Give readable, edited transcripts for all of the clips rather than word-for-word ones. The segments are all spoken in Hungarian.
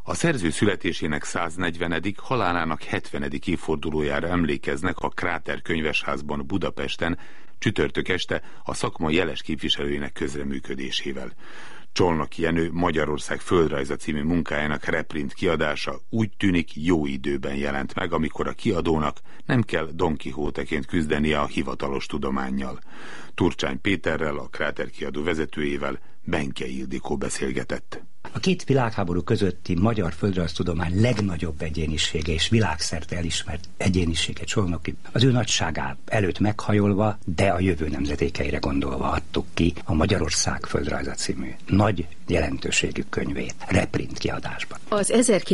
A szerző születésének 140., halálának 70. évfordulójára emlékeznek a Kráter könyvesházban Budapesten csütörtök este a szakma jeles képviselőinek közreműködésével. Csolnoky Jenő Magyarország földrajza című munkájának reprint kiadása úgy tűnik jó időben jelent meg, amikor a kiadónak nem kell Don Quixote-ként küzdenie a hivatalos tudománnyal. Turcsány Péterrel, a Kráter kiadó vezetőjével Benkei Ildikó beszélgetett. A két világháború közötti magyar földrajztudomány legnagyobb egyénisége és világszerte elismert egyénisége Csolnoky az ő nagyságá előtt meghajolva, de a jövő nemzedékeire gondolva adtuk ki a Magyarország földrajza című nagy jelentőségű könyvét reprint kiadásban. Az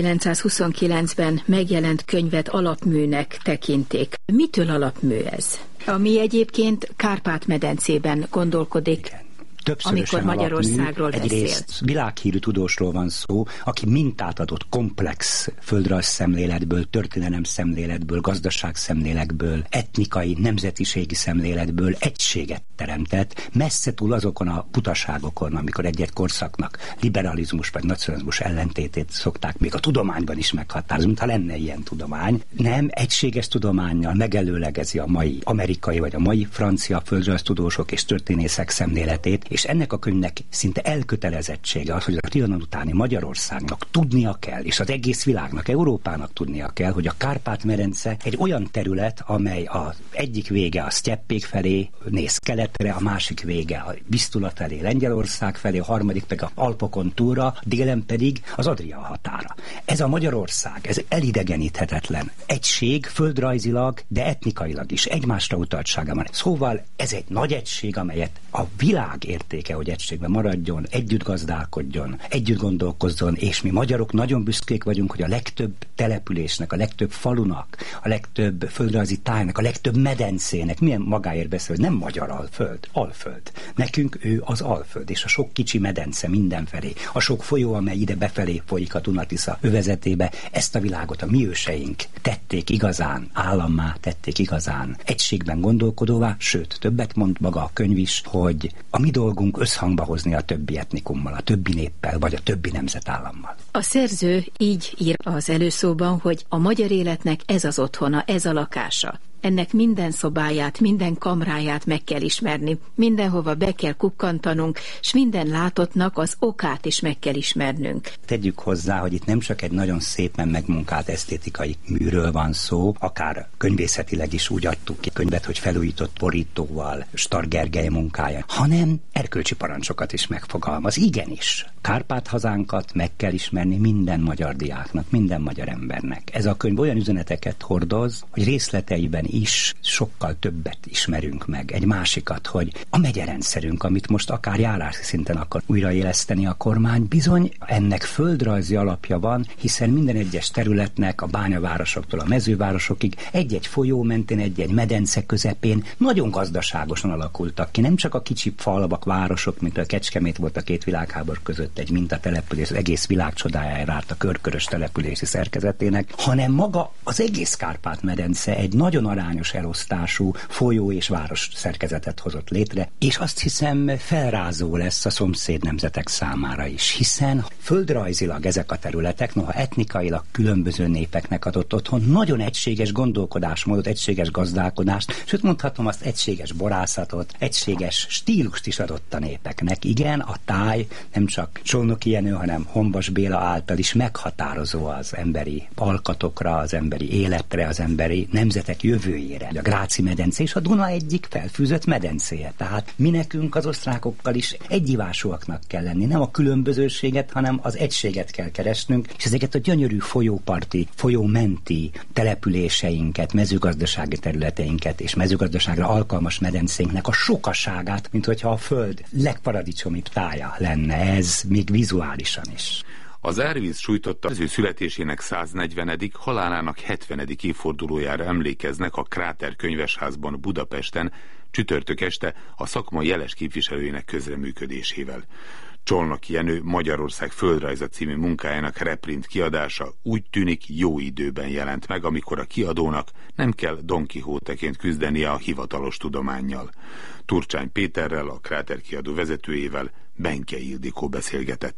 1929-ben megjelent könyvet alapműnek tekintik. Mitől alapmű ez? Ami egyébként Kárpát-medencében gondolkodik. Igen. Amikor Magyarországról beszél. Egyrészt világhírű tudósról van szó, aki mintát adott komplex földrajz szemléletből, történelem szemléletből, gazdaság szemléletből, etnikai, nemzetiségi szemléletből egységet teremtett, messze túl azokon a butaságokon, amikor egy-egy korszaknak liberalizmus vagy nacionalizmus ellentétét szokták még a tudományban is meghatározni, mintha lenne ilyen tudomány. Nem, egységes tudománnyal megelőlegezi a mai amerikai vagy a mai francia földrajztudósok és történészek szemléletét, és ennek a könyvnek szinte elkötelezettsége az, hogy a trianon utáni Magyarországnak tudnia kell, és az egész világnak, Európának tudnia kell, hogy a Kárpát-medence egy olyan terület, amely az egyik vége a sztyeppék felé néz keletre, a másik vége a Visztula felé, Lengyelország felé, a harmadik pedig a Alpokon túlra, délen pedig az Adria határa. Ez a Magyarország, ez elidegeníthetetlen egység, földrajzilag, de etnikailag is, egymásra utaltságában. Szóval ez egy nagy egység, amelyet a világ értéke, hogy egységben maradjon, együtt gazdálkodjon, együtt gondolkozzon, és mi magyarok nagyon büszkék vagyunk, hogy a legtöbb településnek, a legtöbb falunak, a legtöbb földrajzi tájnak, a legtöbb medencének, milyen magáért beszél, hogy nem magyar Alföld, Alföld. Nekünk ő az Alföld, és a sok kicsi medence mindenfelé, a sok folyó, amely ide befelé folyik a Duna-Tisza övezetébe, ezt a világot a mi őseink tették igazán állammá, tették igazán egységben gondolkodóvá, sőt, többet mond maga a könyv is, hogy a mi dolgunk összhangba hozni a többi etnikummal, a többi néppel, vagy a többi nemzetállammal. A szerző így ír az előszóban, hogy a magyar életnek ez az otthona, ez a lakása. Ennek minden szobáját, minden kamráját meg kell ismerni, mindenhova be kell kukkantanunk, s minden látottnak az okát is meg kell ismernünk. Tegyük hozzá, hogy itt nem csak egy nagyon szépen megmunkált esztétikai műről van szó, akár könyvészetileg is úgy adtuk ki könyvet, hogy felújított borítóval, Stark Gergely munkája, hanem erkölcsi parancsokat is megfogalmaz. Igenis, Kárpát-hazánkat meg kell ismerni minden magyar diáknak, minden magyar embernek. Ez a könyv olyan üzeneteket hordoz, hogy részleteiben is sokkal többet ismerünk meg. Egy másikat, hogy a megyerendszerünk, amit most akár járási szinten akar újraéleszteni a kormány, bizony ennek földrajzi alapja van, hiszen minden egyes területnek, a bányavárosoktól a mezővárosokig, egy-egy folyó mentén, egy-egy medence közepén nagyon gazdaságosan alakultak ki. Nem csak a kicsi falvak, városok, mint a Kecskemét volt a két világháború között egy mintatelepülés, az egész világ csodájára állt a körkörös települési szerkezetének, hanem maga az egész Kárpát-medence egy nagyon arányos elosztású folyó és város szerkezetet hozott létre, és azt hiszem felrázó lesz a szomszéd nemzetek számára is, hiszen földrajzilag ezek a területek, noha etnikailag különböző népeknek adott otthon, nagyon egységes gondolkodásmódot, egységes gazdálkodást, sőt mondhatom azt, egységes borászatot, egységes stílust is adott a népeknek. Igen, a táj nem csak Csolnoky Jenő, hanem Hombos Béla által is meghatározó az emberi alkatokra, az emberi életre, az emberi nemzetek jövőjére. A Gráci-medence és a Duna egyik felfűzött medencéje. Tehát mi nekünk az osztrákokkal is egyivásúaknak kell lenni. Nem a különbözőséget, hanem az egységet kell keresnünk, és ezeket a gyönyörű folyóparti, folyómenti településeinket, mezőgazdasági területeinket és mezőgazdaságra alkalmas medencénknek a sokaságát, mint hogyha a Föld legparadicsomibb tája lenne ez, még vizuálisan is. Az árvíz sújtotta az ő születésének 140., halálának 70. évfordulójára emlékeznek a Kráter könyvesházban Budapesten csütörtök este a szakma jeles képviselőinek közreműködésével. Csolnoky Jenő Magyarország földrajza című munkájának reprint kiadása úgy tűnik jó időben jelent meg, amikor a kiadónak nem kell Don Quixote-ként küzdenie a hivatalos tudománnyal. Turcsány Péterrel, a Kráter kiadó vezetőjével Benkei Ildikó beszélgetett.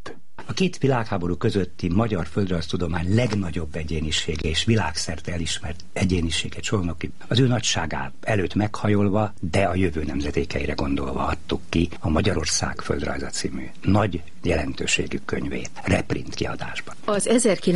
A két világháború közötti magyar földrajztudomány legnagyobb egyénisége és világszerte elismert egyénisége Csolnoky az ő nagyságá előtt meghajolva, de a jövő nemzedékeire gondolva adtuk ki a Magyarország földrajza című nagy jelentőségű könyvét reprint kiadásban. Az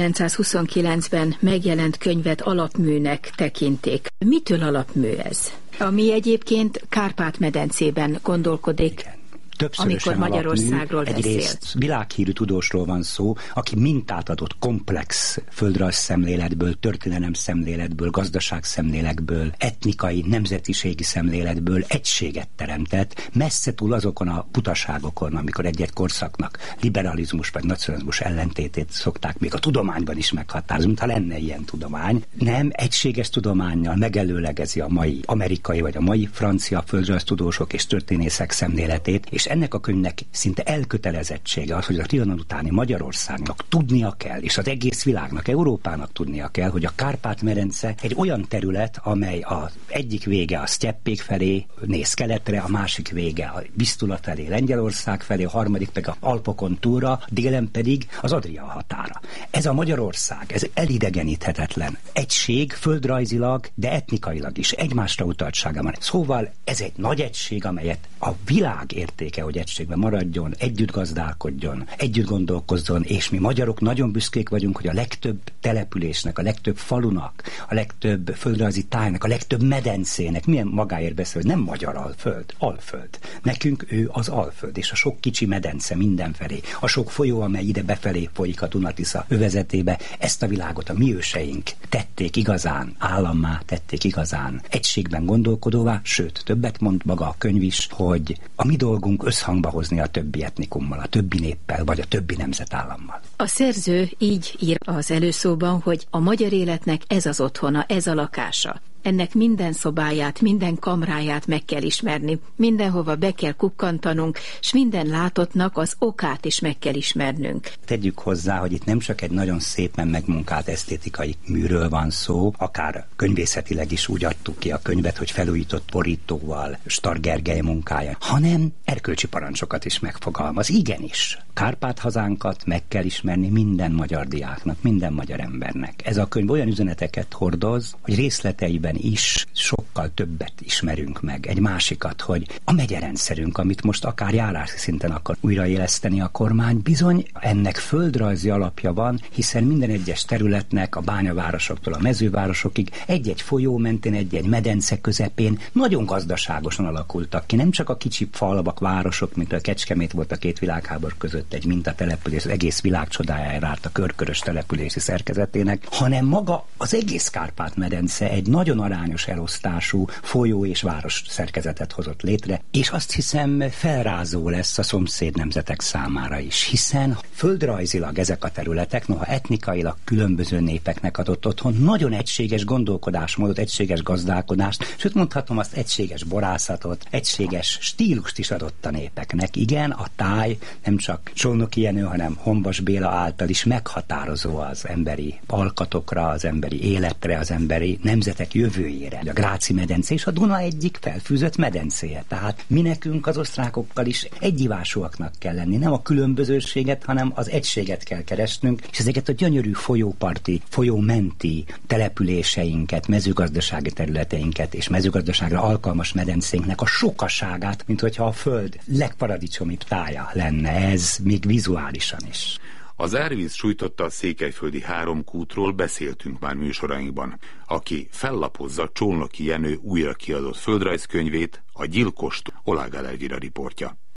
1929-ben megjelent könyvet alapműnek tekintik. Mitől alapmű ez? Ami egyébként Kárpát-medencében gondolkodik. Igen. Amikor Magyarországról beszél. Egyrészt világhírű tudósról van szó, aki mintát adott komplex földrajzszemléletből, történelemszemléletből, gazdaságszemléletből, etnikai, nemzetiségi szemléletből egységet teremtett, messze túl azokon a butaságokon, amikor egy-egy korszaknak liberalizmus vagy nacionalizmus ellentétét szokták még a tudományban is meghatározni, mintha lenne ilyen tudomány. Nem, egységes tudománnyal megelőlegezi a mai amerikai vagy a mai francia földrajztudósok és történészek szemléletét, és ennek a könyvnek szinte elkötelezettsége az, hogy a Trianon utáni Magyarországnak tudnia kell, és az egész világnak, Európának tudnia kell, hogy a Kárpát-medence egy olyan terület, amely az egyik vége a sztyeppék felé néz keletre, a másik vége a Visztula felé, Lengyelország felé, a harmadik pedig a Alpokon túlra, délen pedig az Adria határa. Ez a Magyarország, ez elidegeníthetetlen egység, földrajzilag, de etnikailag is, egymásra utaltsága van. Szóval ez egy nagy egység, amelyet a világ értéke, hogy egységben maradjon, együtt gazdálkodjon, együtt gondolkozzon, és mi magyarok nagyon büszkék vagyunk, hogy a legtöbb településnek, a legtöbb falunak, a legtöbb földrajzi tájnak, a legtöbb medencének milyen magáért beszél, hogy nem magyar Alföld, Alföld. Nekünk ő az Alföld, és a sok kicsi medence mindenfelé, a sok folyó, amely ide befelé folyik a Duna-Tisza övezetébe, ezt a világot a mi őseink tették igazán állammá, tették igazán egységben gondolkodóvá, sőt, többet mond maga a könyv is, hogy a mi dolgunk összhangba hozni a többi etnikummal, a többi néppel, vagy a többi nemzetállammal. A szerző így ír az előszóban, hogy a magyar életnek ez az otthona, ez a lakása. Ennek minden szobáját, minden kamráját meg kell ismerni, mindenhova be kell kukkantanunk, s minden látottnak az okát is meg kell ismernünk. Tegyük hozzá, hogy itt nem csak egy nagyon szépen megmunkált esztétikai műről van szó, akár könyvészetileg is úgy adtuk ki a könyvet, hogy felújított borítóval, Stark Gergely munkája, hanem erkölcsi parancsokat is megfogalmaz. Igenis, Kárpát-hazánkat meg kell ismerni minden magyar diáknak, minden magyar embernek. Ez a könyv olyan üzeneteket hordoz, hogy részleteiben is sokkal többet ismerünk meg. Egy másikat, hogy a megyerendszerünk, amit most akár járási szinten akar újraéleszteni a kormány, bizony ennek földrajzi alapja van, hiszen minden egyes területnek, a bányavárosoktól a mezővárosokig egy-egy folyó mentén, egy-egy medence közepén nagyon gazdaságosan alakultak ki. Nem csak a kicsi falvak, városok, mint a Kecskemét volt a két világháború között egy mintatelepülés, az egész világ csodájára állt a körkörös települési szerkezetének, hanem maga az egész Kárpát-medence egy nagyon arányos elosztású folyó és város szerkezetet hozott létre, és azt hiszem felrázó lesz a szomszéd nemzetek számára is, hiszen földrajzilag ezek a területek, noha etnikailag különböző népeknek adott otthon, nagyon egységes gondolkodásmódot, egységes gazdálkodást, sőt mondhatom azt, egységes borászatot, egységes stílust is adott a népeknek. Igen, a táj nem csak Csolnoky Jenő, hanem Honvas Béla által is meghatározó az emberi alkatokra, az emberi életre, az emberi nemzetek jövőjére. A Gráci medence és a Duna egyik felfűzött medencéje. Tehát mi nekünk az osztrákokkal is egyivásúaknak kell lenni. Nem a különbözőséget, hanem az egységet kell keresnünk, és ezeket a gyönyörű folyóparti, folyómenti településeinket, mezőgazdasági területeinket és mezőgazdaságra alkalmas medencénknek a sokaságát, mint hogyha a föld legparadicsomibb tája lenne ez, még vizuálisan is. Az árvíz sújtotta a székelyföldi Háromkútról beszéltünk már műsorainkban. Aki fellapozza Csolnoky Jenő újra kiadott földrajzkönyvét, a Gyilkost, Oláh Gál Elvira riportja.